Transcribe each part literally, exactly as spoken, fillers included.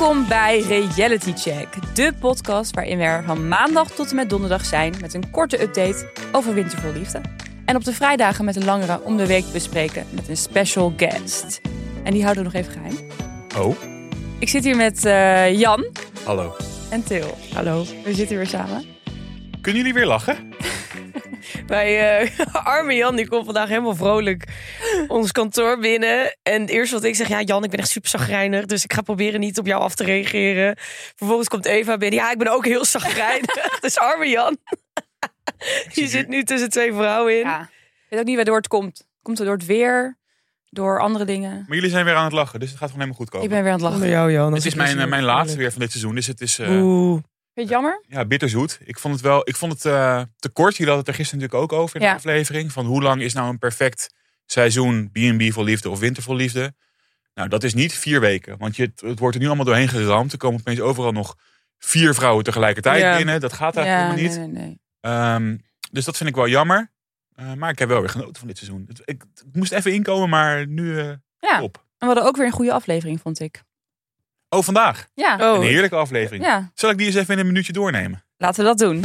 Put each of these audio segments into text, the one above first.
Welkom bij Reality Check, de podcast waarin we er van maandag tot en met donderdag zijn met een korte update over Winter vol Liefde. En op de vrijdagen met een langere om de week bespreken met een special guest. En die houden we nog even geheim. Oh. Ik zit hier met uh, Jan. Hallo. En Til. Hallo. We zitten weer samen. Kunnen jullie weer lachen? Bij uh, arme Jan, die komt vandaag helemaal vrolijk ons kantoor binnen. En het eerste wat ik zeg, ja Jan, ik ben echt super chagrijnig. Dus ik ga proberen niet op jou af te reageren. Vervolgens komt Eva binnen. Ja, ik ben ook heel chagrijnig. Dus arme Jan. Die zit nu tussen twee vrouwen in. Ja. Ik weet ook niet waardoor het komt. Komt het door het weer? Door andere dingen? Maar jullie zijn weer aan het lachen, dus het gaat gewoon helemaal goed komen. Ik ben weer aan het lachen. Onder jou, Jan. Het is mijn, uh, mijn laatste weer van dit seizoen, dus het is... Uh, Oeh. Vind je het jammer? Ja, bitterzoet. Ik vond het wel, ik vond het uh, te kort. Jullie hadden het er gisteren natuurlijk ook over in de ja. aflevering. Van hoe lang is nou een perfect seizoen B en B vol liefde of Winter vol liefde? Nou, dat is niet vier weken. Want je, het wordt er nu allemaal doorheen geramd. Er komen opeens overal nog vier vrouwen tegelijkertijd ja. binnen. Dat gaat eigenlijk ja, helemaal niet. Nee, nee, nee. Um, dus dat vind ik wel jammer. Uh, maar ik heb wel weer genoten van dit seizoen. Het, ik, het moest even inkomen, maar nu uh, ja. op. En we hadden ook weer een goede aflevering, vond ik. Oh, vandaag? Ja. Oh. Een heerlijke aflevering. Ja. Zal ik die eens even in een minuutje doornemen? Laten we dat doen.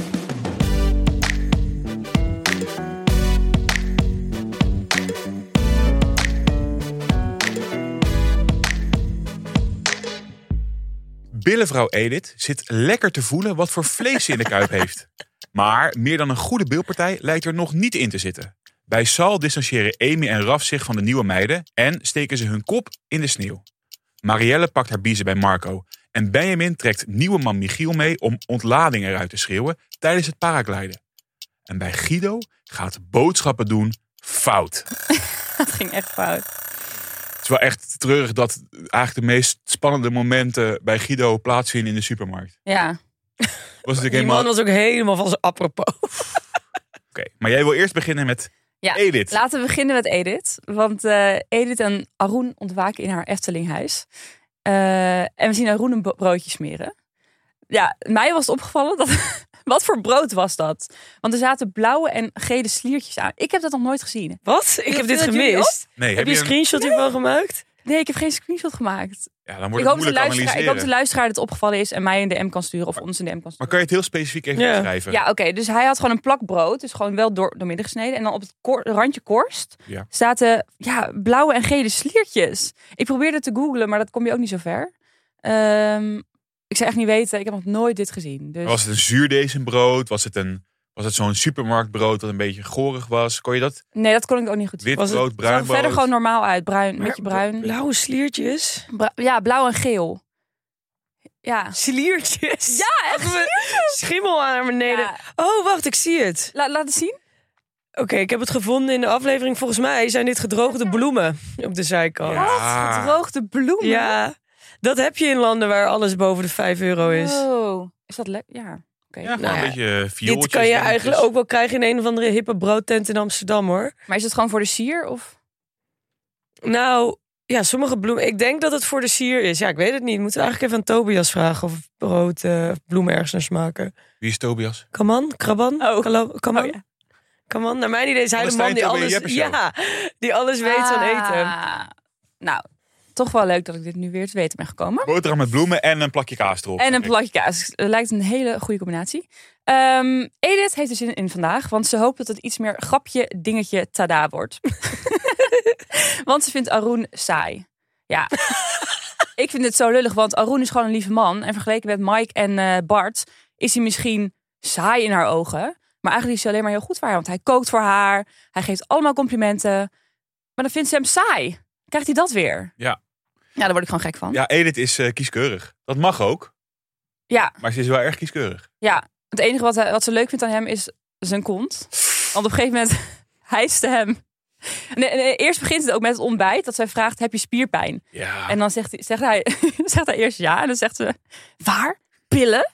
Billenvrouw Edith zit lekker te voelen wat voor vlees ze in de kuip heeft. Maar meer dan een goede bilpartij lijkt er nog niet in te zitten. Bij Sal distancieren Amy en Raf zich van de nieuwe meiden en steken ze hun kop in de sneeuw. Marielle pakt haar biezen bij Marco. En Benjamin trekt nieuwe man Michiel mee om ontlading eruit te schreeuwen tijdens het paragliden. En bij Guido gaat boodschappen doen fout. Dat ging echt fout. Het is wel echt treurig dat eigenlijk de meest spannende momenten bij Guido plaatsvinden in de supermarkt. Ja. Was natuurlijk Die helemaal... man was ook helemaal van zijn apropos. Oké, okay, maar jij wil eerst beginnen met ja, Edith. Laten we beginnen met Edith. Want uh, Edith en Arun ontwaken in haar Eftelinghuis. Uh, en we zien Arun een broodje smeren. Ja, mij was het opgevallen dat... Wat voor brood was dat? Want er zaten blauwe en gele sliertjes aan. Ik heb dat nog nooit gezien. Wat? Ik Viel- heb dit viel dat jullie gemist. Nee, Heb heb je een een... screenshot hiervan gemaakt? Nee, ik heb geen screenshot gemaakt. Ja, dan wordt Ik het hoop, de moeilijk luisteraar, analyseren. ik hoop dat de luisteraar het opgevallen is en mij een D M kan sturen of ons een D M kan Maar sturen. kan je het heel specifiek even Ja. beschrijven? Ja, oké. Okay, dus hij had gewoon een plak brood. Dus gewoon wel door, doormidden gesneden. En dan op het kor- randje korst Ja. zaten ja, blauwe en gele sliertjes. Ik probeerde te googlen, maar dat kom je ook niet zo ver. Um, ik zou echt niet weten. Ik heb nog nooit dit gezien. Dus... Was het een zuurdezenbrood? Was het, een, was het zo'n supermarktbrood dat een beetje gorig was? Kon je dat? Nee, dat kon ik ook niet goed zien. Wit Was het- brood, Het bruin zag er verder brood? gewoon normaal uit. Bruin, Maar beetje bruin. Blauwe sliertjes. Bra- ja, blauw en geel. Ja. Sliertjes. Ja, echt Schimmel aan naar beneden. Ja. Oh, wacht, ik zie het. La- laat het zien. Oké, okay, ik heb het gevonden in de aflevering. Volgens mij zijn dit gedroogde bloemen op de zijkant. Ja. Ja, Wat? Gedroogde bloemen. dat heb je in landen waar alles boven de vijf euro is. Oh. Is dat lekker? Ja. Oké. Ja, gewoon Nou ja, een beetje viooltjes. Dit kan je dingetjes. eigenlijk ook wel krijgen in een of andere hippe broodtent in Amsterdam, hoor. Maar is het gewoon voor de sier? Of? Nou, ja, sommige bloemen... Ik denk dat het voor de sier is. Ja, ik weet het niet. Moeten we eigenlijk even aan Tobias vragen of brood uh, bloemen ergens naar smaken. Wie is Tobias? Kaman? Kraban? Oh. Kalo- Kaman? Oh, ja. Kaman? Naar mijn idee is hij de Stijn, man die Toby en alles, Jeppe show. ja, die alles weet van eten. Ah. Nou, toch wel leuk dat ik dit nu weer te weten ben gekomen. Boterham met bloemen en een plakje kaas erop. En een plakje kaas. Het lijkt een hele goede combinatie. Um, Edith heeft er zin in vandaag, want ze hoopt dat het iets meer grapje, dingetje, tada wordt. Want ze vindt Arun saai. Ja. Ik vind het zo lullig, want Arun is gewoon een lieve man. En vergeleken met Mike en uh, Bart is hij misschien saai in haar ogen. Maar eigenlijk is hij alleen maar heel goed voor haar. Want hij kookt voor haar. Hij geeft allemaal complimenten. Maar dan vindt ze hem saai. Krijgt hij dat weer? Ja. Ja, daar word ik gewoon gek van. Ja, Edith is uh, kieskeurig. Dat mag ook. Ja. Maar ze is wel erg kieskeurig. Ja. Het enige wat, hij, wat ze leuk vindt aan hem is zijn kont. Want op een gegeven moment hijst hem. Nee, nee, eerst begint het ook met het ontbijt. Dat zij vraagt, heb je spierpijn? Ja. En dan zegt hij, zegt, hij, zegt hij eerst ja. En dan zegt ze, waar? Pillen?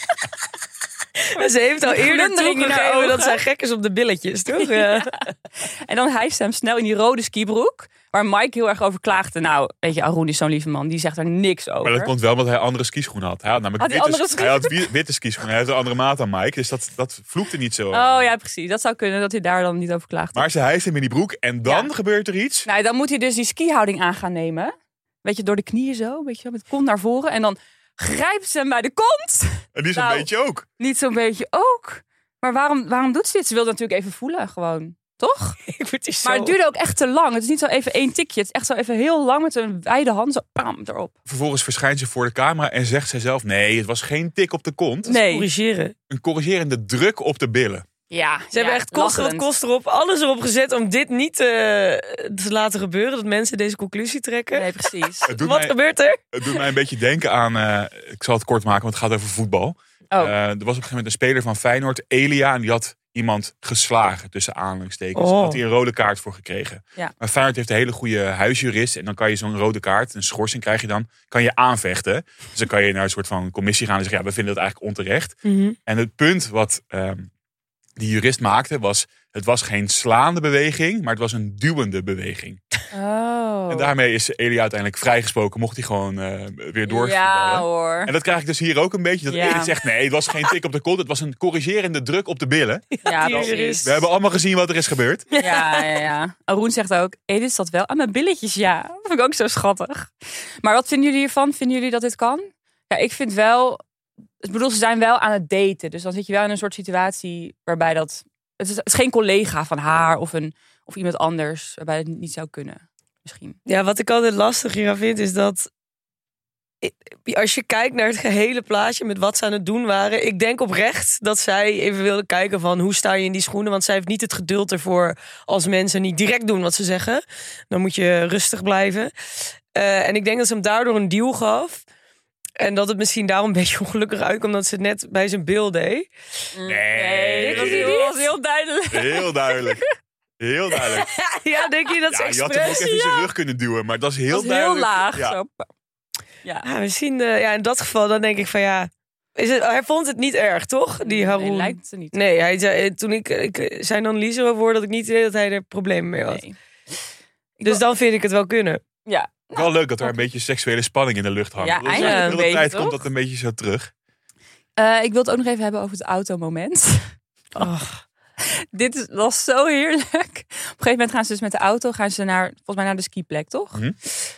En ze heeft al Die eerder glundering in haar toegegeven dat ogen. zij gek is op de billetjes, toch? Ja. Ja. En dan hijst ze hem snel in die rode skibroek. Waar Mike heel erg over klaagde. Nou, weet je, Arun is zo'n lieve man. Die zegt er niks over. Maar dat komt wel omdat hij andere skischoenen had. Hij had namelijk Had hij witte, andere hij had wi- witte skischoenen. Hij had een andere maat dan Mike. Dus dat, dat vloekte niet zo. Oh ja, precies. Dat zou kunnen dat hij daar dan niet over klaagt. Maar ze hijst hem in die broek. En dan Ja. gebeurt er iets. Nou, dan moet hij dus die skihouding aan gaan nemen. Weet je, door de knieën zo. Weet je, met de kont naar voren. En dan grijpt ze hem bij de kont. En die is Nou, een beetje ook. Niet zo'n beetje ook. Maar waarom, waarom doet ze dit? Ze wil natuurlijk even voelen, gewoon. Toch? Ik word die zo... Maar het duurde ook echt te lang. Het is niet zo even één tikje. Het is echt zo even heel lang met een wijde hand. Zo pam, erop. Vervolgens verschijnt ze voor de camera en zegt zij zelf... nee, het was geen tik op de kont. Nee. corrigeren. Een corrigerende druk op de billen. Ja, Ze hebben echt kost erop, kost erop, alles erop gezet om dit niet uh, te laten gebeuren. Dat mensen deze conclusie trekken. Nee, precies. Het doet Wat mij, gebeurt er? Het doet mij een beetje denken aan... Uh, ik zal het kort maken, want het gaat over voetbal. Oh. Uh, er was op een gegeven moment een speler van Feyenoord, Elia... en die had iemand geslagen, tussen aanhalingstekens. Oh. Daar had hij een rode kaart voor gekregen. Ja. Maar Feyenoord heeft een hele goede huisjurist... en dan kan je zo'n rode kaart, een schorsing krijg je dan... kan je aanvechten. Dus dan kan je naar een soort van commissie gaan... en zeggen, ja, we vinden dat eigenlijk onterecht. Mm-hmm. En het punt wat um, die jurist maakte was... het was geen slaande beweging, maar het was een duwende beweging. Oh. En daarmee is Elia uiteindelijk vrijgesproken... mocht hij gewoon uh, weer doorvoetballen. Ja hoor. En dat krijg ik dus hier ook een beetje. Dat Ja. Edith zegt, nee, het was geen tik op de kont. Het was een corrigerende druk op de billen. Ja, Die precies. jurist. We hebben allemaal gezien wat er is gebeurd. Ja, ja, ja. Arun zegt ook, Edith zat wel aan mijn billetjes, ja. Dat vind ik ook zo schattig. Maar wat vinden jullie hiervan? Vinden jullie dat dit kan? Ja, ik vind wel... Ik bedoel, ze zijn wel aan het daten. Dus dan zit je wel in een soort situatie waarbij dat... Het is, het is geen collega van haar of, een, of iemand anders waarbij het niet zou kunnen. Misschien. Ja, wat ik altijd lastig hieraan vind is dat... Als je kijkt naar het gehele plaatje met wat ze aan het doen waren... Ik denk oprecht dat zij even wilde kijken van hoe sta je in die schoenen. Want zij heeft niet het geduld ervoor als mensen niet direct doen wat ze zeggen. Dan moet je rustig blijven. Uh, en ik denk dat ze hem daardoor een deal gaf. En dat het misschien daarom een beetje ongelukkig uitkomt... omdat ze het net bij zijn bil deed. Nee. Dat was heel, was heel duidelijk. Heel duidelijk. Heel duidelijk. Ja, denk je dat ze Ja, je had hem ook expres... even in zijn Ja. rug kunnen duwen. Maar dat is heel Dat was heel duidelijk. laag. Ja. Zo. Ja. Ja, misschien, uh, ja, in dat geval dan denk ik van ja... Is het, hij vond het niet erg, toch? Die Haroon. Nee, lijkt het er niet. Nee, hij zei, toen ik, ik zijn analyse over hoorde dat ik niet idee dat hij er problemen mee had. Nee. Dus dan vind ik het wel kunnen. Ja. Wel leuk dat er een beetje seksuele spanning in de lucht hangt. Ja, Dat is- eindelijk de een hele beetje, tijd toch? komt dat een beetje zo terug. Uh, ik wil het ook nog even hebben over het automoment. Oh. Dit is, was zo heerlijk. Op een gegeven moment gaan ze dus met de auto gaan ze naar, volgens mij naar de skiplek, toch? Mhm.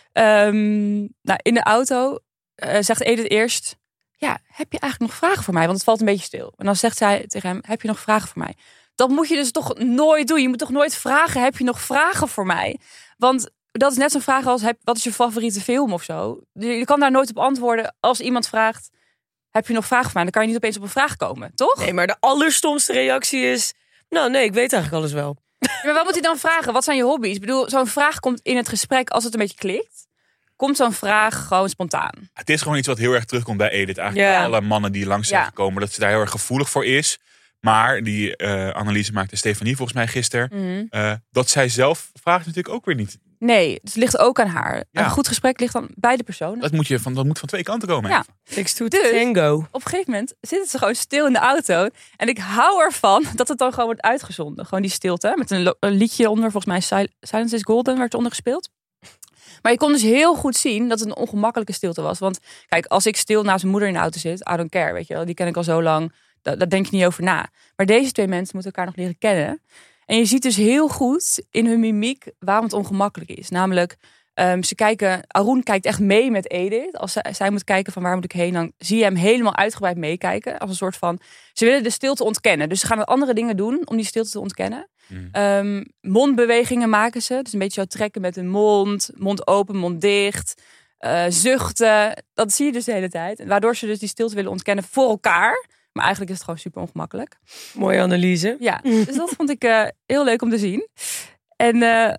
Um, nou, in de auto uh, zegt Edith eerst... Ja, heb je eigenlijk nog vragen voor mij? Want het valt een beetje stil. En dan zegt zij tegen hem, heb je nog vragen voor mij? Dat moet je dus toch nooit doen. Je moet toch nooit vragen, heb je nog vragen voor mij? Want dat is net zo'n vraag als, heb, wat is je favoriete film of zo? Je kan daar nooit op antwoorden als iemand vraagt... Heb je nog vragen voor mij? Dan kan je niet opeens op een vraag komen, toch? Nee, maar de allerstomste reactie is... Nou, nee, ik weet eigenlijk alles wel. Ja, maar wat moet hij dan vragen? Wat zijn je hobby's? Ik bedoel, zo'n vraag komt in het gesprek als het een beetje klikt. Komt zo'n vraag gewoon spontaan. Het is gewoon iets wat heel erg terugkomt bij Edith. Eigenlijk Ja. bij alle mannen die langs zijn Ja. gekomen. Dat ze daar heel erg gevoelig voor is. Maar die uh, analyse maakte Stefanie volgens mij gisteren. Mm-hmm. Uh, dat zij zelf vraagt natuurlijk ook weer niet. Nee, het ligt ook aan haar. Ja. Een goed gesprek ligt aan beide personen. Dat moet, je van, dat moet van twee kanten komen. Ja. even. Takes two Dus- to tango. Op een gegeven moment zitten ze gewoon stil in de auto. En ik hou ervan dat het dan gewoon wordt uitgezonden. Gewoon die stilte. Met een, lo- een liedje onder, volgens mij Sil- Silence is Golden, werd onder gespeeld. Maar je kon dus heel goed zien dat het een ongemakkelijke stilte was. Want kijk, als ik stil naast mijn moeder in de auto zit, I don't care, weet je wel. Die ken ik al zo lang, daar, daar denk je niet over na. Maar deze twee mensen moeten elkaar nog leren kennen. En je ziet dus heel goed in hun mimiek waarom het ongemakkelijk is. Namelijk, um, ze kijken, Arun kijkt echt mee met Edith. Als zij, zij moet kijken van waar moet ik heen, dan zie je hem helemaal uitgebreid meekijken. Als een soort van, ze willen de stilte ontkennen. Dus ze gaan andere dingen doen om die stilte te ontkennen. Hmm. Um, mondbewegingen maken ze. Dus een beetje zo trekken met hun mond. Mond open, mond dicht. Uh, zuchten. Dat zie je dus de hele tijd. Waardoor ze dus die stilte willen ontkennen voor elkaar. Maar eigenlijk is het gewoon super ongemakkelijk. Mooie analyse. Ja, dus dat vond ik uh, heel leuk om te zien. En uh,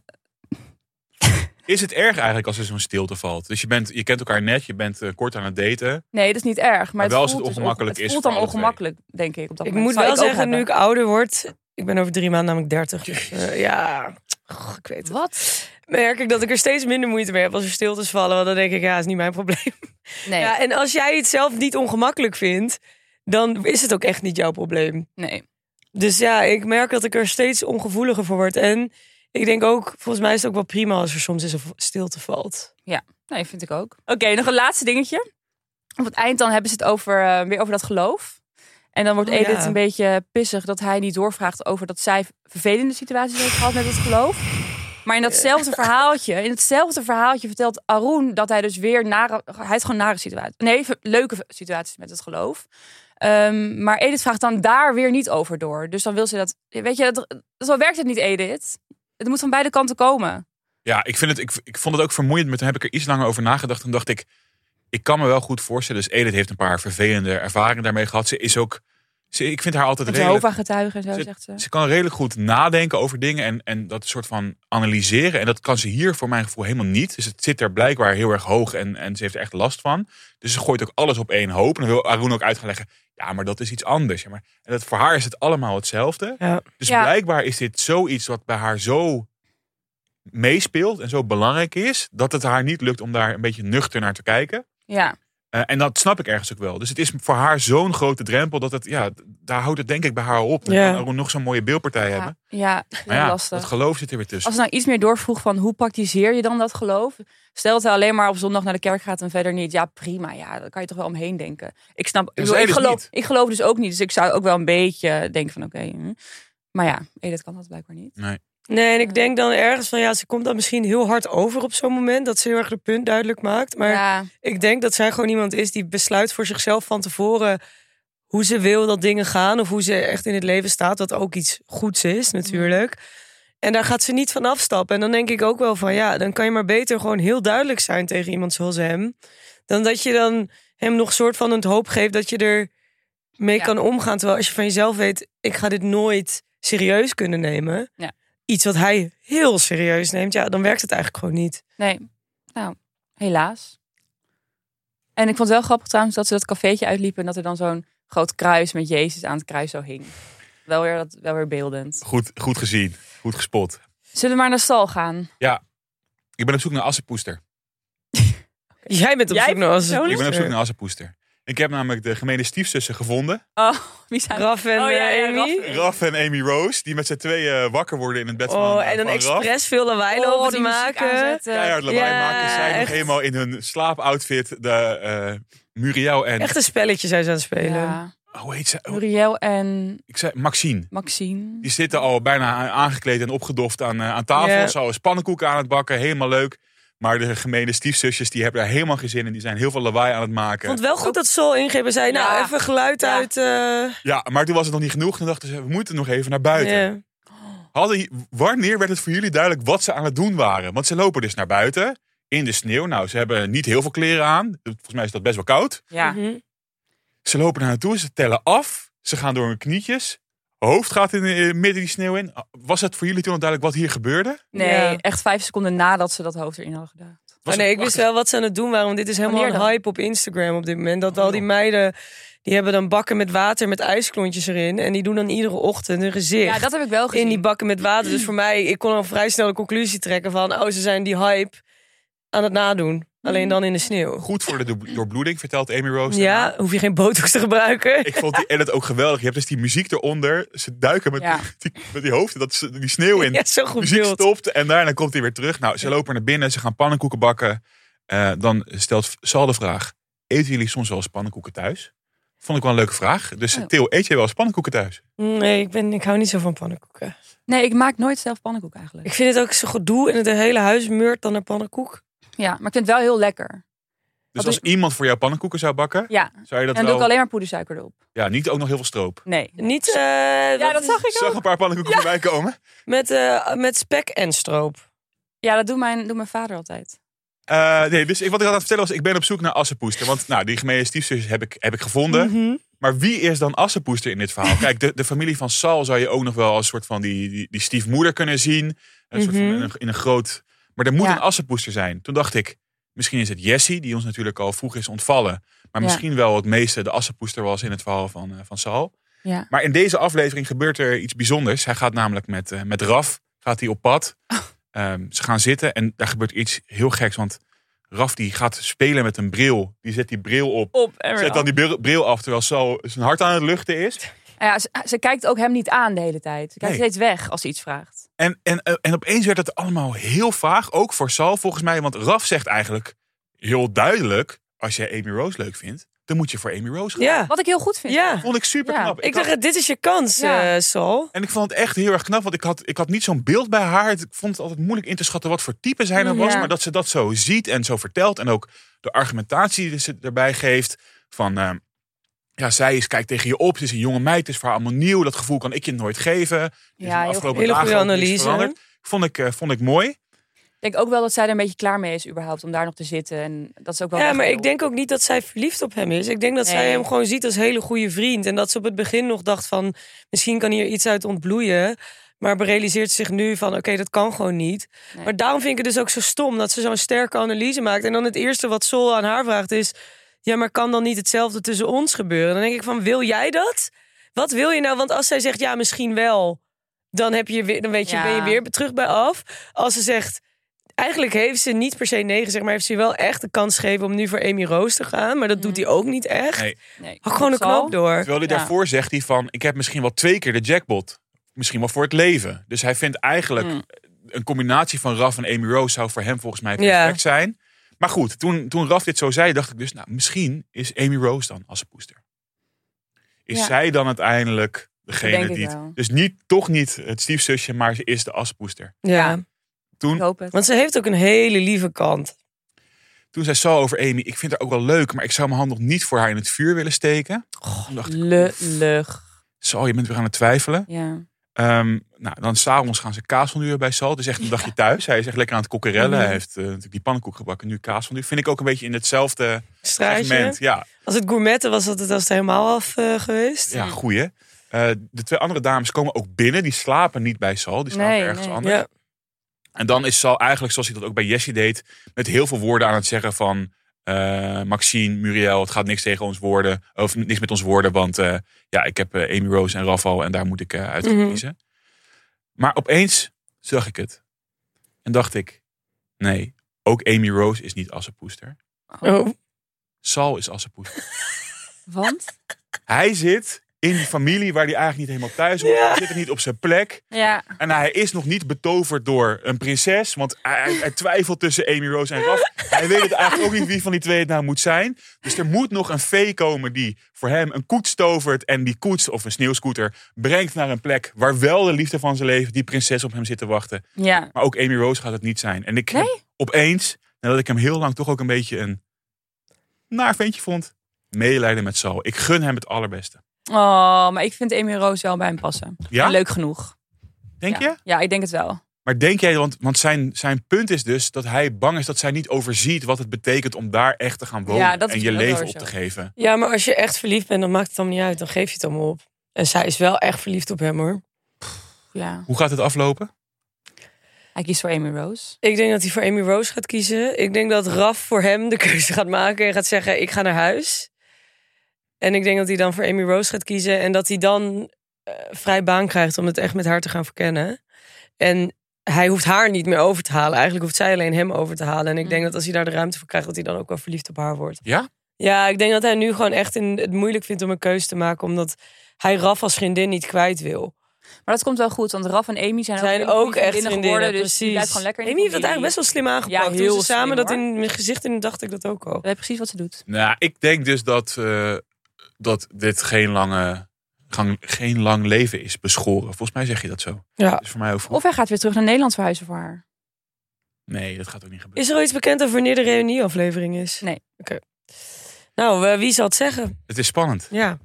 Is het erg eigenlijk als er zo'n stilte valt? Dus je, bent, je kent elkaar net, je bent uh, kort aan het daten. nee, dat is niet erg. Maar, Maar wel het als voelt het dus ongemakkelijk onge- is Het voelt voor dan alle ongemakkelijk, denk ik. Op dat Ik moment. moet Zou wel ook zeggen, nu hebben. ik ouder word... Ik ben over drie maanden namelijk dertig. Dus, uh, ja, oh, ik weet het. Wat? Merk ik dat ik er steeds minder moeite mee heb als er stiltes vallen. Want dan denk ik, ja, is niet mijn probleem. Nee, Ja, en als jij het zelf niet ongemakkelijk vindt... dan is het ook echt niet jouw probleem. nee. Dus ja, ik merk dat ik er steeds ongevoeliger voor word. En ik denk ook, volgens mij is het ook wel prima... als er soms eens een stilte valt. Nee, vind ik ook. Oké, nog een laatste dingetje. Op het eind dan hebben ze het over, uh, weer over dat geloof. En dan wordt Oh, Edith ja. een beetje pissig dat hij niet doorvraagt over dat zij vervelende situaties heeft gehad met het geloof. Maar in datzelfde verhaaltje, in hetzelfde verhaaltje vertelt Arun dat hij dus weer nare, hij heeft gewoon nare situaties. Nee, leuke situaties met het geloof. Um, maar Edith vraagt dan daar weer niet over door. Dus dan wil ze dat, weet je, dat, zo werkt het niet, Edith. Het moet van beide kanten komen. Ja, ik, vind het, ik, ik vond het ook vermoeiend. Maar toen heb ik er iets langer over nagedacht. En dacht ik, ik kan me wel goed voorstellen. Dus Edith heeft een paar vervelende ervaringen daarmee gehad. Ze is ook, ze, ik vind haar altijd Met redelijk... Jehovah-getuigen en zo, ze, zegt ze. Ze kan redelijk goed nadenken over dingen. En, en dat soort van analyseren. En dat kan ze hier voor mijn gevoel helemaal niet. Dus het zit er blijkbaar heel erg hoog. En, en ze heeft er echt last van. Dus ze gooit ook alles op één hoop. En dan wil Arun ook uit gaan leggen. Ja, maar dat is iets anders. Ja, maar, en dat, voor haar is het allemaal hetzelfde. Ja. Dus Ja. blijkbaar is dit zoiets wat bij haar zo meespeelt en zo belangrijk is, dat het haar niet lukt om daar een beetje nuchter naar te kijken. Ja. Uh, en dat snap ik ergens ook wel. Dus het is voor haar zo'n grote drempel dat het, ja, daar houdt het denk ik bij haar op. Dan Ja. kan Arun nog zo'n mooie beeldpartij hebben. Ja, Maar ja, lastig. dat geloof zit er weer tussen. Als ze nou iets meer doorvroeg van hoe praktiseer je dan dat geloof? Stel dat hij alleen maar op zondag naar de kerk gaat en verder niet. Ja, prima. Ja, daar kan je toch wel omheen denken. Ik snap, ik, Dat bedoel, zei ik, dus geloof, niet. ik geloof dus ook niet. Dus ik zou ook wel een beetje denken van oké. hm. Maar ja, Edith kan dat blijkbaar niet. Nee. Nee, en ik denk dan ergens van ja, ze komt dan misschien heel hard over op zo'n moment. Dat ze heel erg de punt duidelijk maakt. Maar Ja, ik denk dat zij gewoon iemand is die besluit voor zichzelf van tevoren hoe ze wil dat dingen gaan. Of hoe ze echt in het leven staat. Wat ook iets goeds is natuurlijk. En daar gaat ze niet van afstappen. En dan denk ik ook wel van ja, dan kan je maar beter gewoon heel duidelijk zijn tegen iemand zoals hem. Dan dat je dan hem nog soort van een hoop geeft dat je er mee Ja. kan omgaan. Terwijl als je van jezelf weet, ik ga dit nooit serieus kunnen nemen. Ja. Iets wat hij heel serieus neemt, ja, dan werkt het eigenlijk gewoon niet. nee. Nou, helaas. En ik vond het wel grappig trouwens dat ze dat cafeetje uitliepen en dat er dan zo'n groot kruis met Jezus aan het kruis zo hing. Wel weer, dat, wel weer beeldend. Goed, goed gezien. Goed gespot. Zullen we maar naar stal gaan? Ik ben op zoek naar Assepoester. Jij bent op Jij zoek naar als persoonlijk? Ik ben op zoek naar Assepoester. Ik heb namelijk de gemene stiefzussen gevonden. Oh, wie zijn Raf en Oh, ja, eh, ja, Amy. Raf. Raf en Amy Rose. Die met z'n tweeën wakker worden in het bed van, Oh, en dan van Raf. expres veel lawaai Oh, lopen te die muziek maken. aanzetten. Keihard lawaai Ja, maken. Zij nog echt. helemaal in hun slaapoutfit. De eh, Muriel en... Echt een spelletje zijn ze aan het spelen. Ja. Hoe heet ze? Oh, Muriel en ik zei Maxine. Maxine. Die zitten al bijna aangekleed en opgedoft aan, eh, aan tafel. Ja. Ze al pannenkoeken aan het bakken. Helemaal leuk. Maar de gemene stiefzusjes die hebben daar helemaal geen zin in. Die zijn heel veel lawaai aan het Ik maken. vond het wel goed dat Sol ingreep en zei, nou, Ja. even geluid Ja. uit. eh, Ja, maar toen was het nog niet genoeg. Toen dachten ze, we moeten nog even naar buiten. ja. Hadden, wanneer werd het voor jullie duidelijk wat ze aan het doen waren? Want ze lopen dus naar buiten. In de sneeuw. Nou, ze hebben niet heel veel kleren aan. Volgens mij is dat best wel koud. Ja. Mhm. Ze lopen naar naartoe. Ze tellen af. Ze gaan door hun knietjes. Hoofd gaat in, in midden die sneeuw in. Was het voor jullie toen al duidelijk wat hier gebeurde? Nee, Ja. echt vijf seconden nadat ze dat hoofd erin hadden gedaan. Was Oh, nee, het- ik wist wel wat ze aan het doen waren. Want dit is helemaal Wanneer een dan? hype op Instagram op dit moment. Dat al die Oh. meiden, die hebben dan bakken met water met ijsklontjes erin. En die doen dan iedere ochtend hun gezicht Ja, dat heb ik wel gezien. in die bakken met water. Dus voor mij, ik kon al vrij snel de conclusie trekken van... oh, ze zijn die hype aan het nadoen. Alleen dan in de sneeuw. Goed voor de do- doorbloeding, vertelt Amy Rose. Ja, hoef je geen botox te gebruiken. Ik vond die edit ook geweldig. Je hebt dus die muziek eronder. Ze duiken met, Ja. die, met die hoofden, dat ze die sneeuw in. Ja, zo goed muziek beeld. stopt en daarna komt hij weer terug. Nou, ze lopen naar binnen, ze gaan pannenkoeken bakken. Eh, dan stelt Sal de vraag, eten jullie soms wel eens pannenkoeken thuis? Vond ik wel een leuke vraag. Dus Oh. Theo, eet jij wel eens pannenkoeken thuis? Nee, ik, ben, ik hou niet zo van pannenkoeken. Nee, ik maak nooit zelf pannenkoek eigenlijk. Ik vind het ook zo gedoe en het hele huis meurt dan naar pannenkoek. Ja, maar ik vind het wel heel lekker. Dus Wat als iemand voor jou pannenkoeken zou bakken, Ja, en zou je dat dan wel... doe ik alleen maar poedersuiker erop. Ja, niet ook nog heel veel stroop. Nee. Niet, eh, Ja, wat dat is- zag ik Ik zag ook. een paar pannenkoeken voorbij komen. Met, eh, met spek en stroop. Ja, dat doet mijn, doet mijn vader altijd. Eh, nee, dus ik, wat ik had te vertellen was, ik ben op zoek naar Assepoester. Want nou, die gemene stiefzus heb ik, heb ik gevonden. Mhm. Maar wie is dan Assepoester in dit verhaal? Kijk, de, de familie van Sal zou je ook nog wel als soort van die, die, die stiefmoeder kunnen zien. Een soort van Mhm. in een, in een groot... Maar er moet Ja. een Assepoester zijn. Toen dacht ik, misschien is het Jessie, die ons natuurlijk al vroeg is ontvallen. Maar Ja. misschien wel het meeste de Assepoester was in het verhaal van, uh, van Sal. Ja. Maar in deze aflevering gebeurt er iets bijzonders. Hij gaat namelijk met, uh, met Raf gaat hij op pad. Oh. Um, ze gaan zitten en daar gebeurt iets heel geks. Want Raf die gaat spelen met een bril. Die zet die bril op. Op en weer Zet dan af. die bril- bril af terwijl Sal zijn hart aan het luchten is. Ja, ze, ze kijkt ook hem niet aan de hele tijd. Ze kijkt Nee. steeds weg als ze iets vraagt. En, en, en opeens werd het allemaal heel vaag. Ook voor Sal volgens mij. Want Raf zegt eigenlijk heel duidelijk. Als jij Amy Rose leuk vindt, dan moet je voor Amy Rose gaan. Ja. Wat ik heel goed vind. Ja. Vond ik super Ja. knap. Ik had- dacht, dit is je kans, Ja. eh, Sol. En ik vond het echt heel erg knap, want ik had, ik had niet zo'n beeld bij haar. Ik vond het altijd moeilijk in te schatten wat voor type zij nou was. Ja. Maar dat ze dat zo ziet en zo vertelt. En ook de argumentatie die ze erbij geeft. Van, uh, ja, zij is, kijk tegen je op. Ze is een jonge meid, het is voor haar allemaal nieuw. Dat gevoel kan ik je nooit geven. Er is Ja, de heel afgelopen Hele dagen goede ook niks analyse. veranderd. Vond ik, uh, vond ik mooi. Ik denk ook wel dat zij er een beetje klaar mee is überhaupt om daar nog te zitten. En dat is ook wel Ja, echt maar heel- ik denk ook niet dat zij verliefd op hem is. Ik denk dat zij Nee. hem gewoon ziet als hele goede vriend. En dat ze op het begin nog dacht van, misschien kan hier iets uit ontbloeien. Maar realiseert zich nu van, oké, dat kan gewoon niet. Nee. Maar daarom vind ik het dus ook zo stom dat ze zo'n sterke analyse maakt. En dan het eerste wat Sol aan haar vraagt is, ja, maar kan dan niet hetzelfde tussen ons gebeuren? Dan denk ik van, wil jij dat? Wat wil je nou? Want als zij zegt, ja, misschien wel, dan, heb je weer, dan weet je, Ja. ben je weer terug bij af. Als ze zegt, eigenlijk heeft ze niet per se nee gezegd, maar heeft ze wel echt de kans gegeven om nu voor Amy Rose te gaan. Maar dat doet hij ook niet echt. Nee. Nee. Hak gewoon de Zal. knoop door. Terwijl hij Ja. daarvoor zegt hij van, ik heb misschien wel twee keer de jackpot. Misschien wel voor het leven. Dus hij vindt eigenlijk Mm. een combinatie van Raf en Amy Rose zou voor hem volgens mij Ja. perfect zijn. Maar goed, toen, toen Raf dit zo zei, dacht ik dus, nou, misschien is Amy Rose dan assenpoester. Is Ja. zij dan uiteindelijk degene denk ik die het... wel. Dus niet, toch niet het stiefzusje, maar ze is de assenpoester. Ja. Ik Toen, hoop het. Want ze heeft ook een hele lieve kant. toen zei Sal over Amy, ik vind haar ook wel leuk, maar ik zou mijn hand nog niet voor haar in het vuur willen steken. Toen dacht ik, Lullig. Sal, je bent weer aan het twijfelen. Ja. Ehm, nou, dan s'avonds gaan ze kaasfondue bij Sal. Het is echt een dagje thuis. Hij is echt lekker aan het kokkerellen. Mhm. Hij heeft uh, natuurlijk die pannenkoek gebakken. Nu kaasfondue. Vind ik ook een beetje in hetzelfde Straatje. segment. Ja, Als het gourmetten was, dat het als het helemaal af uh, geweest. ja goeie. Uh, de twee andere dames komen ook binnen. Die slapen niet bij Sal. Die slapen Nee, ergens nee. anders. Ja. En dan is Sal eigenlijk, zoals hij dat ook bij Jessie deed, met heel veel woorden aan het zeggen van uh, Maxine, Muriel, het gaat niks tegen ons worden. Of niks met ons worden, want uh, ja, ik heb uh, Amy Rose en Rafal en daar moet ik uh, uit Mhm. kiezen. Maar opeens zag ik het. En dacht ik, nee, ook Amy Rose is niet assenpoester. Oh. Sal is assenpoester. Want? Hij zit in die familie waar hij eigenlijk niet helemaal thuis hoort. Ja. Hij zit er niet op zijn plek. Ja. En hij is nog niet betoverd door een prinses. Want hij, hij, hij twijfelt tussen Amy Rose en Raf. Hij weet het eigenlijk ook niet wie van die twee het nou moet zijn. Dus er moet nog een fee komen die voor hem een koets tovert. En die koets, of een sneeuwscooter, brengt naar een plek waar wel de liefde van zijn leven, die prinses, op hem zit te wachten. Ja. Maar ook Amy Rose gaat het niet zijn. En ik heb Nee? opeens, nadat ik hem heel lang toch ook een beetje een naar ventje vond, medelijden met Sal. Ik gun hem het allerbeste. Oh, maar ik vind Amy Rose wel bij hem passen. Ja? En leuk genoeg. Denk ja. je? Ja, ik denk het wel. Maar denk jij, want, want zijn, zijn punt is dus dat hij bang is dat zij niet overziet wat het betekent om daar echt te gaan wonen Ja, dat en is je misschien ook leven wel op te zo. geven. Ja, maar als je echt verliefd bent, dan maakt het allemaal niet uit. Dan geef je het allemaal op. En zij is wel echt verliefd op hem, hoor. Ja. Hoe gaat het aflopen? Hij kiest voor Amy Rose. Ik denk dat hij voor Amy Rose gaat kiezen. Ik denk dat Raf voor hem de keuze gaat maken en gaat zeggen, ik ga naar huis. En ik denk dat hij dan voor Amy Rose gaat kiezen. En dat hij dan uh, vrij baan krijgt om het echt met haar te gaan verkennen. En hij hoeft haar niet meer over te halen. Eigenlijk hoeft zij alleen hem over te halen. En ik denk dat als hij daar de ruimte voor krijgt, dat hij dan ook wel verliefd op haar wordt. Ja? Ja, ik denk dat hij nu gewoon echt in, het moeilijk vindt om een keuze te maken. Omdat hij Raf als vriendin niet kwijt wil. Maar dat komt wel goed, want Raf en Amy zijn, Zijn ook, ook echt vriendinnen vriendinnen, geworden. Dus die precies. blijft gewoon lekker in Amy de heeft het familie. eigenlijk best wel slim aangepakt. Ja, heel Toen ze samen slim, dat hoor. in mijn gezicht in dacht ik dat ook al. Weet precies wat ze doet. Nou, ik denk dus dat, uh, dat dit geen, lange, gang, geen lang leven is beschoren. Volgens mij zeg je dat zo. Ja. Dus voor mij ook vroeg. Of hij gaat weer terug naar Nederland verhuizen voor haar. Nee, dat gaat ook niet gebeuren. Is er al iets bekend over wanneer de reunieaflevering is? Nee. Oké. Okay. Nou, uh, wie zal het zeggen? Het is spannend. Ja.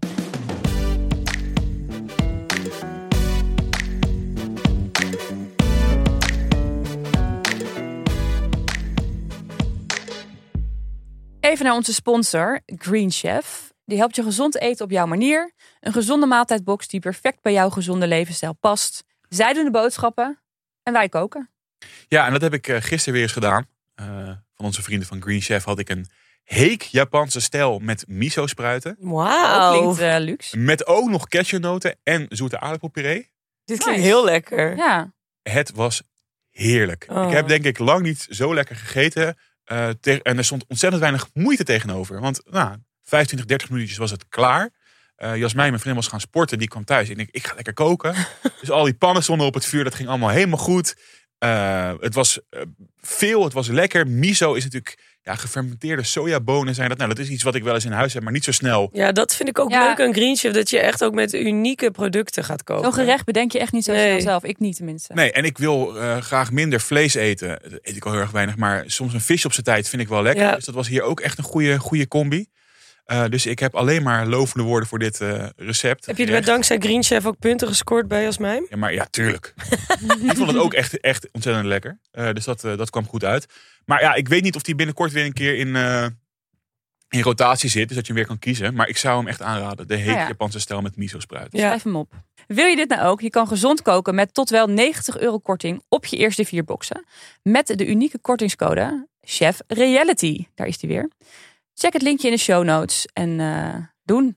Even naar onze sponsor, Green Chef. Die helpt je gezond eten op jouw manier. Een gezonde maaltijdbox die perfect bij jouw gezonde levensstijl past. Zij doen de boodschappen en wij koken. Ja, en dat heb ik uh, gisteren weer eens gedaan. Uh, van onze vrienden van Green Chef had ik een heek Japanse stijl met miso spruiten. Wauw. Dat klinkt uh, luxe. Met ook nog cashewnoten en zoete aardappelpuree. Dit klinkt Nice. heel lekker. Ja. Het was heerlijk. Oh. Ik heb denk ik lang niet zo lekker gegeten. Uh, te- en er stond ontzettend weinig moeite tegenover. Want nou, vijfentwintig, dertig minuutjes was het klaar. Uh, Jasmijn, mijn vriendin, was gaan sporten. Die kwam thuis. Ik denk, ik ga lekker koken. Dus al die pannen stonden op het vuur. Dat ging allemaal helemaal goed. Uh, het was uh, veel. Het was lekker. Miso is natuurlijk ja, gefermenteerde sojabonen zijn dat. Nou, dat is iets wat ik wel eens in huis heb, maar niet zo snel. Ja, dat vind ik ook Ja. leuk aan Green Chef. Dat je echt ook met unieke producten gaat kopen. Zo'n gerecht bedenk je echt niet zo Nee. snel zelf. Ik niet tenminste. Nee, en ik wil uh, graag minder vlees eten. Dat eet ik al heel erg weinig, maar soms een vis op zijn tijd vind ik wel lekker. Ja. Dus dat was hier ook echt een goede, goede combi. Uh, dus ik heb alleen maar lovende woorden voor dit uh, recept. Heb je er met dankzij Green Chef ook punten gescoord bij Jasmijn? Ja, maar ja, tuurlijk. Ik vond het ook echt, echt ontzettend lekker. Uh, dus dat, uh, dat kwam goed uit. Maar ja, ik weet niet of die binnenkort weer een keer in, uh, in rotatie zit. Dus dat je hem weer kan kiezen. Maar ik zou hem echt aanraden. De hete Ah, ja. Japanse stijl met miso-spruit. Ja. Schrijf hem op. Wil je dit nou ook? Je kan gezond koken met tot wel negentig euro korting op je eerste vier boxen. Met de unieke kortingscode Chef Reality. Daar is die weer. Check het linkje in de show notes en uh, doen.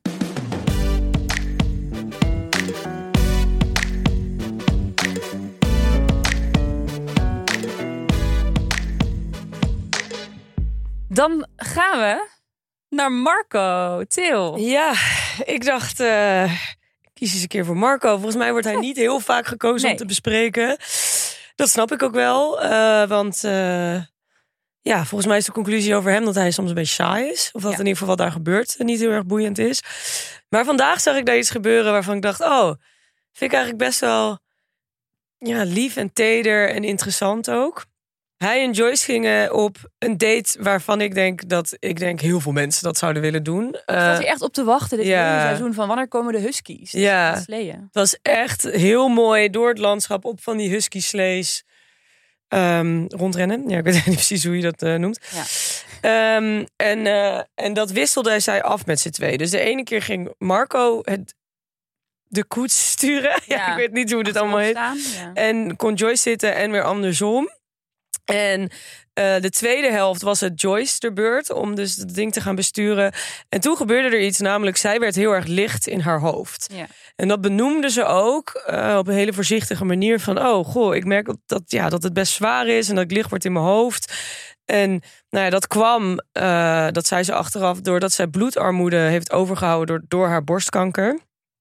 Dan gaan we naar Marco. Til. Ja, ik dacht, uh, kies eens een keer voor Marco. Volgens mij wordt hij niet heel vaak gekozen Nee. om te bespreken. Dat snap ik ook wel. Uh, want uh, ja, volgens mij is de conclusie over hem dat hij soms een beetje saai is. Of dat Ja. in ieder geval wat daar gebeurt niet heel erg boeiend is. Maar vandaag zag ik daar iets gebeuren waarvan ik dacht, oh, vind ik eigenlijk best wel ja, lief en teder en interessant ook. Hij en Joyce gingen op een date waarvan ik denk dat ik denk heel veel mensen dat zouden willen doen. Ik zat hier echt op te wachten dit ja. hele seizoen van wanneer komen de huskies? Ja. Dat sleeën. Het was echt heel mooi door het landschap op van die husky slees um, rondrennen. Ja, ik weet niet precies hoe je dat uh, noemt. Ja. Um, en, uh, en dat wisselde zij af met z'n twee. Dus de ene keer ging Marco het, de koets sturen. Ja. Ja, ik weet niet hoe dit allemaal heet. Ja. En kon Joyce zitten en weer andersom. En uh, de tweede helft was het Joyce de beurt om dus het ding te gaan besturen. En toen gebeurde er iets, namelijk zij werd heel erg licht in haar hoofd. Ja. En dat benoemde ze ook uh, op een hele voorzichtige manier van, oh goh, ik merk dat, ja, dat het best zwaar is en dat ik licht word in mijn hoofd. En nou ja, dat kwam, uh, dat zei ze achteraf, doordat zij bloedarmoede heeft overgehouden door, door haar borstkanker.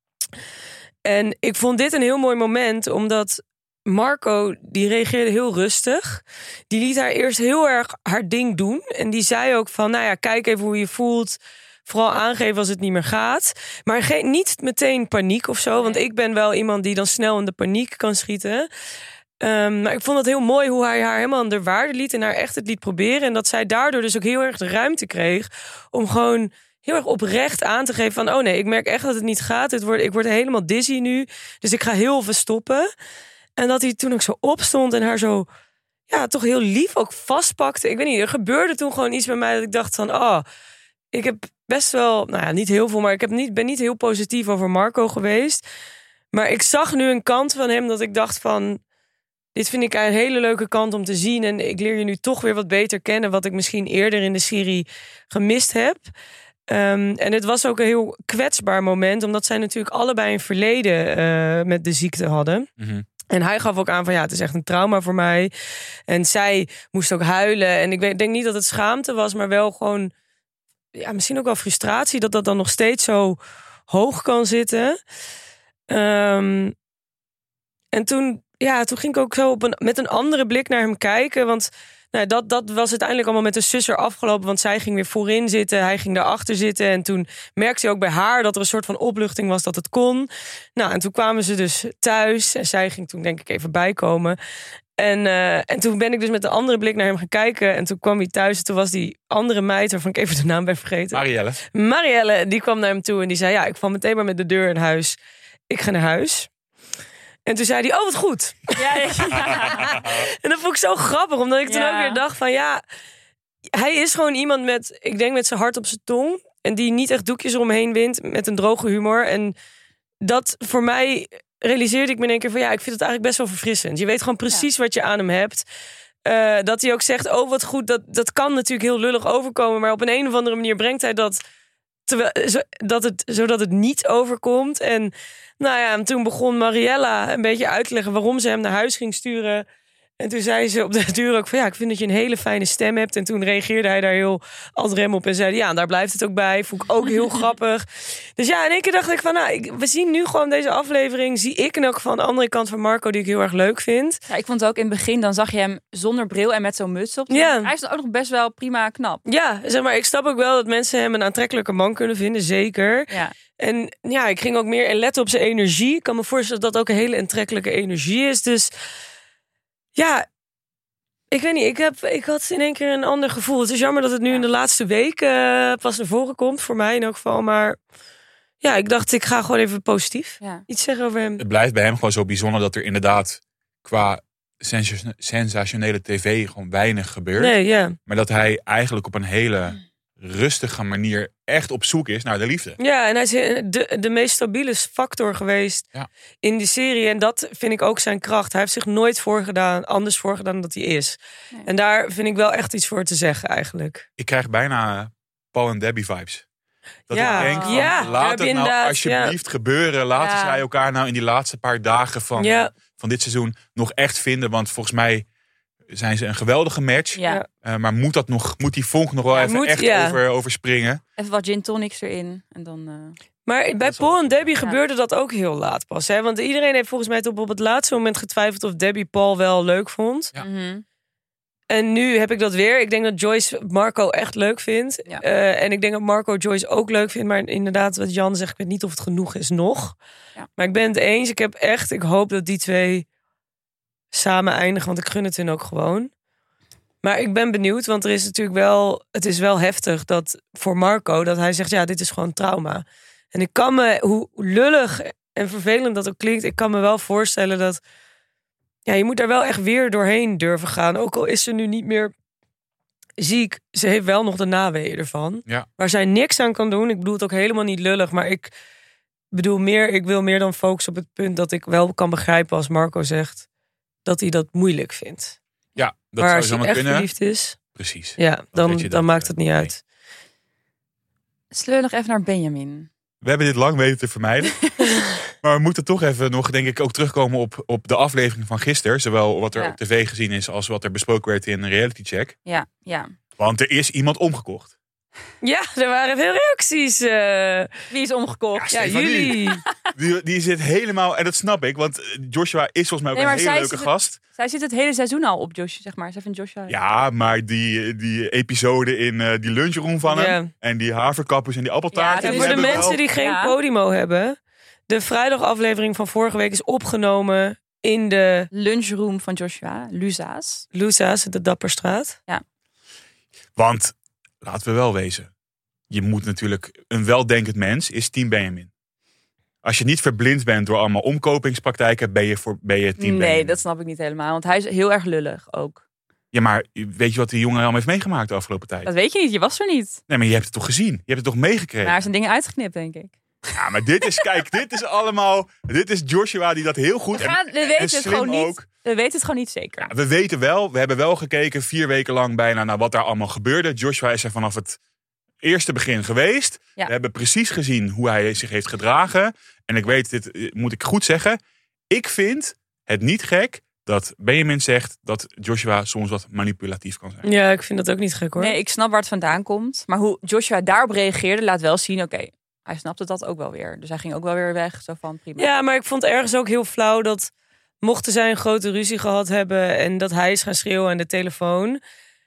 En ik vond dit een heel mooi moment, omdat Marco, die reageerde heel rustig. Die liet haar eerst heel erg haar ding doen. En die zei ook van, nou ja, kijk even hoe je voelt. Vooral aangeven als het niet meer gaat. Maar ge- niet meteen paniek of zo. Want ik ben wel iemand die dan snel in de paniek kan schieten. Um, maar ik vond het heel mooi hoe hij haar helemaal aan de waarde liet. En haar echt het liet proberen. En dat zij daardoor dus ook heel erg de ruimte kreeg. Om gewoon heel erg oprecht aan te geven van, oh nee, ik merk echt dat het niet gaat. Het wordt, ik word helemaal dizzy nu. Dus ik ga heel veel stoppen. En dat hij toen ook zo opstond en haar zo, ja, toch heel lief ook vastpakte. Ik weet niet, er gebeurde toen gewoon iets bij mij dat ik dacht van, oh, ik heb best wel, nou ja, niet heel veel, maar ik heb niet, ben niet heel positief over Marco geweest. Maar ik zag nu een kant van hem dat ik dacht van, dit vind ik een hele leuke kant om te zien. En ik leer je nu toch weer wat beter kennen, wat ik misschien eerder in de serie gemist heb. Um, en het was ook een heel kwetsbaar moment, omdat zij natuurlijk allebei een verleden uh, met de ziekte hadden. Mm-hmm. En hij gaf ook aan van ja, het is echt een trauma voor mij. En zij moest ook huilen. En ik weet, denk niet dat het schaamte was, maar wel gewoon, ja, misschien ook wel frustratie dat dat dan nog steeds zo hoog kan zitten. Um, en toen, ja, toen ging ik ook zo op een, met een andere blik naar hem kijken, want nou, dat, dat was uiteindelijk allemaal met de zusser afgelopen. Want zij ging weer voorin zitten. Hij ging daarachter zitten. En toen merkte hij ook bij haar dat er een soort van opluchting was dat het kon. Nou, en toen kwamen ze dus thuis. En zij ging toen denk ik even bijkomen. En, uh, en toen ben ik dus met de andere blik naar hem gaan kijken. En toen kwam hij thuis. En toen was die andere meid, waarvan ik even de naam ben vergeten. Marielle. Marielle, die kwam naar hem toe. En die zei, ja, ik val meteen maar met de deur in huis. Ik ga naar huis. En toen zei hij, oh wat goed. Ja, ja. En dat vond ik zo grappig, omdat ik toen Ja. ook weer dacht van ja, hij is gewoon iemand met, ik denk met zijn hart op zijn tong. En die niet echt doekjes eromheen wint met een droge humor. En dat voor mij realiseerde ik me in één keer van ja, ik vind het eigenlijk best wel verfrissend. Je weet gewoon precies ja. wat je aan hem hebt. Uh, dat hij ook zegt, oh wat goed, dat, dat kan natuurlijk heel lullig overkomen. Maar op een, een of andere manier brengt hij dat, terwijl, zo, dat het, zodat het niet overkomt. En nou ja, en toen begon Mariella een beetje uit te leggen waarom ze hem naar huis ging sturen. En toen zei ze op de duur ook van... ja, ik vind dat je een hele fijne stem hebt. En toen reageerde hij daar heel ad rem op en zei... ja, daar blijft het ook bij. Vond ik ook heel grappig. Dus ja, in één keer dacht ik van... nou, ik, we zien nu gewoon deze aflevering... zie ik en ook van de andere kant van Marco... die ik heel erg leuk vind. Ja, ik vond het ook in het begin... dan zag je hem zonder bril en met zo'n muts op. Ja. Hij is dan ook nog best wel prima knap. Ja, zeg maar, ik snap ook wel dat mensen hem een aantrekkelijke man kunnen vinden. Zeker. Ja. En ja, ik ging ook meer letten op zijn energie. Ik kan me voorstellen dat dat ook een hele aantrekkelijke energie is. Dus ja, ik weet niet. Ik, heb, ik had in één keer een ander gevoel. Het is jammer dat het nu Ja. in de laatste week uh, pas naar voren komt. Voor mij in elk geval. Maar ja, ik dacht, ik ga gewoon even positief Ja. iets zeggen over hem. Het blijft bij hem gewoon zo bijzonder dat er inderdaad qua sens- sensationele tv gewoon weinig gebeurt. Nee, ja. Maar dat hij eigenlijk op een hele rustige manier echt op zoek is naar de liefde. Ja, en hij is de, de meest stabiele factor geweest Ja. in die serie. En dat vind ik ook zijn kracht. Hij heeft zich nooit voorgedaan, anders voorgedaan dan dat hij is. Nee. En daar vind ik wel echt iets voor te zeggen eigenlijk. Ik krijg bijna Paul en Debbie vibes. Dat Ja. ik denk van, Ja, laat heb je het nou inderdaad, alsjeblieft gebeuren. Laten Ja. zij elkaar nou in die laatste paar dagen van, Ja. van dit seizoen nog echt vinden. Want volgens mij zijn ze een geweldige match. Ja. Ja. Uh, maar moet, dat nog, moet die vonk nog wel Ja, even moet- echt ja. over, overspringen? Even wat gin tonics erin. En dan... Uh... Maar bij is wel- Paul en Debbie Ja. gebeurde dat ook heel laat pas. Hè? Want iedereen heeft volgens mij tot op het laatste moment getwijfeld... of Debbie Paul wel leuk vond. Ja. Mhm. En nu heb ik dat weer. Ik denk dat Joyce Marco echt leuk vindt. Ja. Uh, en ik denk dat Marco Joyce ook leuk vindt. Maar inderdaad, wat Jan zegt, ik weet niet of het genoeg is nog. Ja. Maar ik ben het eens. Ik heb echt, ik hoop dat die twee samen eindigen. Want ik gun het hun ook gewoon. Maar ik ben benieuwd, want er is natuurlijk wel... Het is wel heftig dat voor Marco... dat hij zegt, ja, dit is gewoon trauma. En ik kan me, hoe lullig en vervelend dat ook klinkt... ik kan me wel voorstellen dat... ja, je moet daar wel echt weer doorheen durven gaan. Ook al is ze nu niet meer ziek. Ze heeft wel nog de naweeën ervan. Ja. Waar zij niks aan kan doen. Ik bedoel het ook helemaal niet lullig. Maar ik bedoel meer... ik wil meer dan focussen op het punt... dat ik wel kan begrijpen als Marco zegt... dat hij dat moeilijk vindt. Ja, dat maar zou als je zomaar echt kunnen. verliefd is... Precies. ja, weet dan, je dan dat, maakt eh, het niet nee. uit. Zullen we nog even naar Benjamin? We hebben dit lang weten te vermijden. Maar we moeten toch even nog, denk ik, ook terugkomen op, op de aflevering van gisteren. Zowel wat er Ja. op tv gezien is als wat er besproken werd in een reality check. Ja, ja. Want er is iemand omgekocht. Ja, er waren veel reacties. eh. Wie is omgekocht? ja, Stefanie. jullie. Die, die zit helemaal, en dat snap ik, want Joshua is volgens mij ook Nee, maar een hele zij leuke zit- gast. Zij zit het hele seizoen al op Josh, zeg maar. Zij vindt Joshua... Ja, maar die, die episode in eh, die lunchroom van hem. Ja. En die haverkappers en die appeltaarten. Ja, En die voor de hebben mensen wel- die geen Ja. Podimo hebben... de vrijdagaflevering van vorige week is opgenomen... in de Lunchroom van Joshua, Lusa's. Lusa's, de Dapperstraat. Want, laten we wel wezen. Je moet natuurlijk, een weldenkend mens is team Benjamin. Als je niet verblind bent door allemaal omkopingspraktijken, ben je, voor, ben je team Nee, Benjamin. dat snap ik niet helemaal. Want hij is heel erg lullig ook. Ja, maar weet je wat die jongen allemaal heeft meegemaakt de afgelopen tijd? Dat weet je niet, je was er niet. Nee, maar je hebt het toch gezien? Je hebt het toch meegekregen? Maar er zijn dingen uitgeknipt, denk ik. Ja, maar dit is, kijk, dit is allemaal... Dit is Joshua die dat heel goed... We, gaan, en, we en weten het slim gewoon niet. ook. We weten het gewoon niet zeker. Ja, we weten wel, we hebben wel gekeken vier weken lang bijna naar wat daar allemaal gebeurde. Joshua is er vanaf het eerste begin geweest. Ja. We hebben precies gezien hoe hij zich heeft gedragen. En ik weet, dit eh, moet ik goed zeggen. Ik vind het niet gek dat Benjamin zegt dat Joshua soms wat manipulatief kan zijn. Ja, ik vind dat ook niet gek hoor. Nee, ik snap waar het vandaan komt. Maar hoe Joshua daarop reageerde, laat wel zien, oké, hij snapte dat ook wel weer. Dus hij ging ook wel weer weg, zo van prima. Ja, maar ik vond ergens ook heel flauw dat... mochten zij een grote ruzie gehad hebben... en dat hij is gaan schreeuwen aan de telefoon...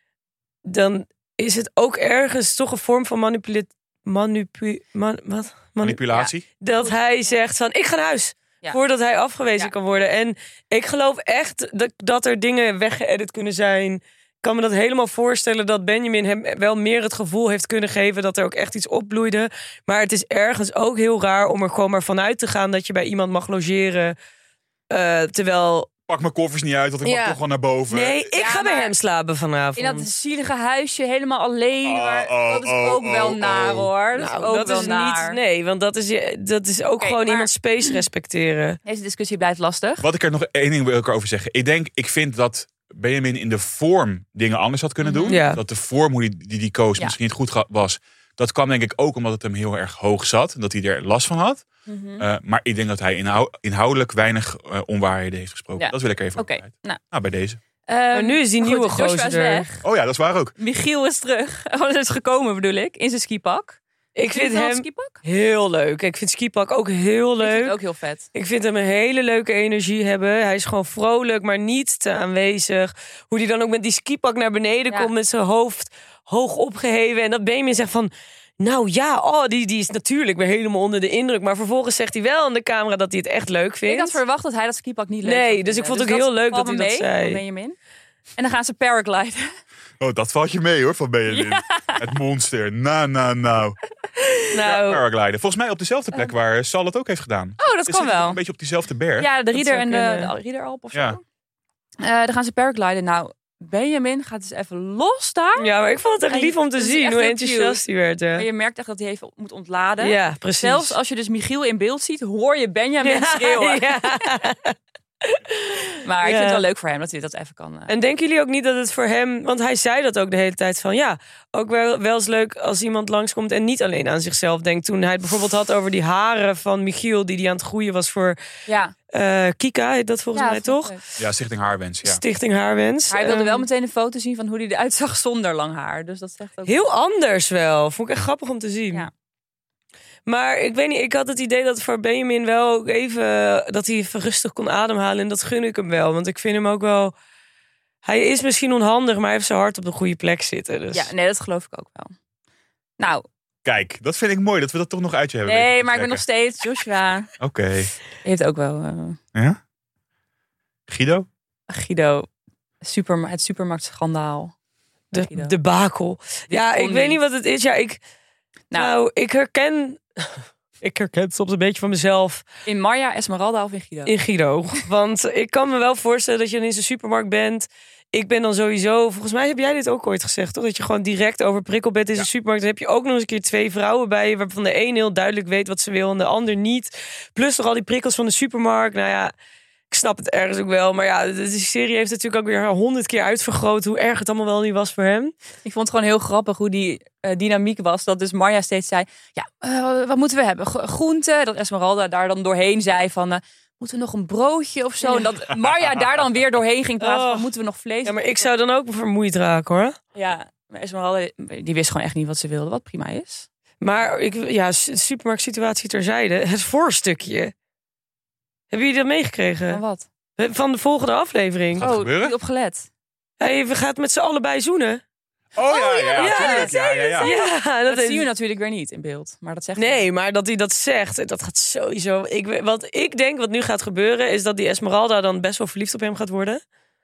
dan is het ook ergens toch een vorm van manipulatie. Manipu man, wat? Mani- Manipulatie? dat hij zegt van, ik ga naar huis. Ja. Voordat hij afgewezen Ja. kan worden. En ik geloof echt dat, dat er dingen weggeëdit kunnen zijn. Ik kan me dat helemaal voorstellen dat Benjamin hem wel meer het gevoel heeft kunnen geven dat er ook echt iets opbloeide. Maar het is ergens ook heel raar om er gewoon maar vanuit te gaan dat je bij iemand mag logeren. Uh, terwijl... Pak mijn koffers niet uit, want ik Ja. mag toch gewoon naar boven. Nee, ik Ja, ga bij maar- hem slapen vanavond. In dat zielige huisje, helemaal alleen. Oh, maar oh, dat is oh, ook wel oh, naar oh. hoor. Dat Nou, is ook dat wel is naar. niet... Nee, want dat is, je- dat is ook Oké, gewoon maar- iemands space respecteren. Deze discussie blijft lastig. Wat ik er nog één ding wil ik erover zeggen. Ik denk, ik vind dat Benjamin in de vorm dingen anders had kunnen doen. Ja. Dat de vorm hoe die die, die koos Ja. misschien niet goed ga- was. Dat kwam denk ik ook omdat het hem heel erg hoog zat. En dat hij er last van had. Mhm. Uh, maar ik denk dat hij inhou- inhoudelijk weinig uh, onwaarheden heeft gesproken. Ja. Dat wil ik er even Oké, over kwijt. nou, Nou, bij deze. Um, Maar nu is die nieuwe goed, Joshua gozer is er. weg. Oh ja, dat is waar ook. Michiel is terug. Oh, is gekomen bedoel ik. In zijn skipak. Ik vind je wel een hem skipak? heel leuk. Ik vind skipak ook heel Ik vind leuk. het ook heel vet. Ik vind hem een hele leuke energie hebben. Hij is gewoon vrolijk, maar niet te aanwezig. Hoe hij dan ook met die skipak naar beneden Ja. komt met zijn hoofd hoog opgeheven. En dat Benjamin zegt van... Nou ja, oh, die, die is natuurlijk weer helemaal onder de indruk. Maar vervolgens zegt hij wel aan de camera dat hij het echt leuk vindt. Ik had verwacht dat hij dat skipak niet leuk Nee, zou dus ik vinden. vond het ook heel leuk valt dat me hij dat mee, zei. van Benjamin. En dan gaan ze paragliden. Oh, dat valt je mee hoor, van Benjamin. Het monster. Nou, nou, nou. Nou, Paragliden. Volgens mij op dezelfde plek waar Sal het ook heeft gedaan. Oh, dat Ze kan zitten wel. Een beetje op diezelfde berg. Ja, de Rieder zou en de, kunnen. de Riederalp of zo. Ja. Eh, dan gaan ze paragliden. Nou, Benjamin gaat dus even los daar. ja, maar ik vond het echt Hij- lief om te dat is zien echt hoe heel enthousiast hij werd. Maar hè. je merkt echt dat hij even moet ontladen. Ja, precies. Zelfs als je dus Michiel in beeld ziet, hoor je Benjamin schreeuwen. Ja. Maar ik Ja. vind het wel leuk voor hem dat hij dat even kan. eh. En denken jullie ook niet dat het voor hem... Want hij zei dat ook de hele tijd van... Ja, ook wel, wel eens leuk als iemand langskomt en niet alleen aan zichzelf denkt. Toen hij het bijvoorbeeld had over die haren van Michiel... die hij aan het groeien was voor Ja, eh, Kika, heet dat volgens ja, mij dat vond toch? ik leuk. Ja, Stichting Haarwens. Ja. Stichting Haarwens. Hij wilde wel Ehm, meteen een foto zien van hoe hij eruit zag zonder lang haar. Dus dat zegt ook... Heel anders wel. Vond ik echt grappig om te zien. Ja. Maar ik weet niet, ik had het idee dat voor Benjamin wel ook even... dat hij even rustig kon ademhalen. En dat gun ik hem wel. Want ik vind hem ook wel... Hij is misschien onhandig, maar hij heeft zijn hart op de goede plek zitten. Dus. Ja, nee, dat geloof ik ook wel. Nou, Kijk, dat vind ik mooi dat we dat toch nog uit je hebben. nee, weten te maar ik ben nog trekken. steeds Joshua. Oké. Heeft ook wel eh, Ja? Guido? Guido, super, het supermarktschandaal. De, Guido. de bakel. Ja, kon ik weet niet. niet wat het is. Ja, ik, Nou, nou, ik herken... Ik herken het soms een beetje van mezelf in Marja, Esmeralda of in Guido? in Guido. Want ik kan me wel voorstellen dat je dan in zijn supermarkt bent. Ik ben dan sowieso... Volgens mij heb jij dit ook ooit gezegd, toch? Dat je gewoon direct overprikkeld bent in zijn supermarkt. Dan heb je ook nog eens een keer twee vrouwen bij je... waarvan de een heel duidelijk weet wat ze wil en de ander niet. Plus nog al die prikkels van de supermarkt. Nou ja, ik snap het ergens ook wel. Maar ja, de, de serie heeft natuurlijk ook weer honderd keer uitvergroot... hoe erg het allemaal wel niet was voor hem. Ik vond het gewoon heel grappig hoe die eh, dynamiek was. Dat dus Marja steeds zei, ja, eh, wat moeten we hebben? Gro- Groenten. Dat Esmeralda daar dan doorheen zei van... eh, moeten we nog een broodje of zo? En dat Marja daar dan weer doorheen ging praten van, Oh. moeten we nog vlees? Ja, maar ik zou dan ook vermoeid raken, hoor. Ja, maar Esmeralda, die wist gewoon echt niet wat ze wilde. Wat prima is. Maar ik, ja, s- supermarktsituatie terzijde. Het voorstukje. Hebben jullie dat meegekregen? Van wat? Van de volgende aflevering. Gaat het Oh, gebeuren? niet opgelet. Hij gaat met z'n allebei zoenen. Oh ja, ja, ja, ja, tuurlijk. dat Ja, ja, ja. Ja, Dat, is- zien we natuurlijk weer niet in beeld. Maar dat zegt hij. Nee, maar dat hij dat zegt, dat gaat sowieso... Ik, we- wat ik denk wat nu gaat gebeuren... is dat die Esmeralda dan best wel verliefd op hem gaat worden.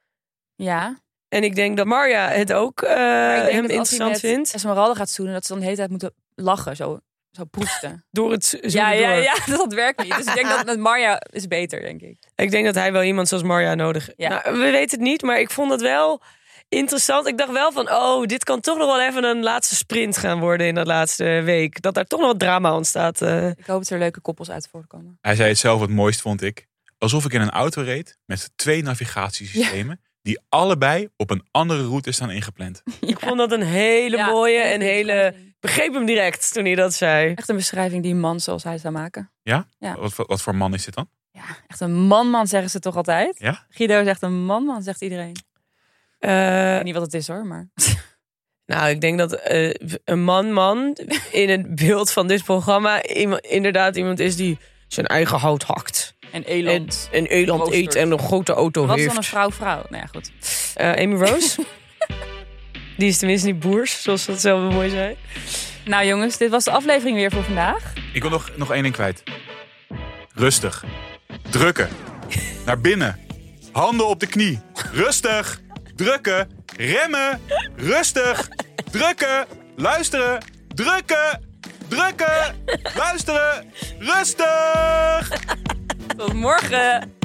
Ja. En ik denk dat Marja het ook eh, Maar ik denk hem dat als hij interessant met vindt. Esmeralda gaat zoenen, dat ze dan de hele tijd moeten lachen. Zo, zo proesten. Door het zoenen Ja, ja, door. ja, dat werkt niet. Dus ik denk dat met Marja is beter, denk ik. Ik denk dat hij wel iemand zoals Marja nodig heeft. Ja. Nou, we weten het niet, maar ik vond het wel interessant. Ik dacht wel van, oh, dit kan toch nog wel even een laatste sprint gaan worden in dat laatste week. Dat daar toch nog wat drama ontstaat. eh. Ik hoop dat er leuke koppels uit voortkomen. Hij zei het zelf, het mooist vond ik. Alsof ik in een auto reed met twee navigatiesystemen... die allebei op een andere route staan ingepland. Ik vond dat een hele Ja, mooie echt en een hele... beschrijving. Begreep hem direct toen hij dat zei. Echt een beschrijving die een man zoals hij zou maken. Ja. Wat, voor- wat voor man is dit dan? Ja, echt een man-man zeggen ze toch altijd? Ja? Guido zegt een man-man, zegt iedereen. Ik Eh, weet niet wat het is hoor, maar... nou, ik denk dat eh, een man-man in het beeld van dit programma... iemand- inderdaad iemand is die zijn eigen hout hakt. En En eland. een eland Roosters. eet en een grote auto Wat is heeft. dan een vrouw-vrouw? Nou ja, goed. Eh, Amy Rose. Die is tenminste niet boers, zoals dat zelf wel mooi zei. Nou jongens, dit was de aflevering weer voor vandaag. Ik wil nog, nog één ding kwijt. Rustig. Drukken. Naar binnen. Handen op de knie. Rustig. Drukken. Remmen. Rustig. Drukken. Luisteren. Drukken. Drukken. Luisteren. Rustig. Tot morgen.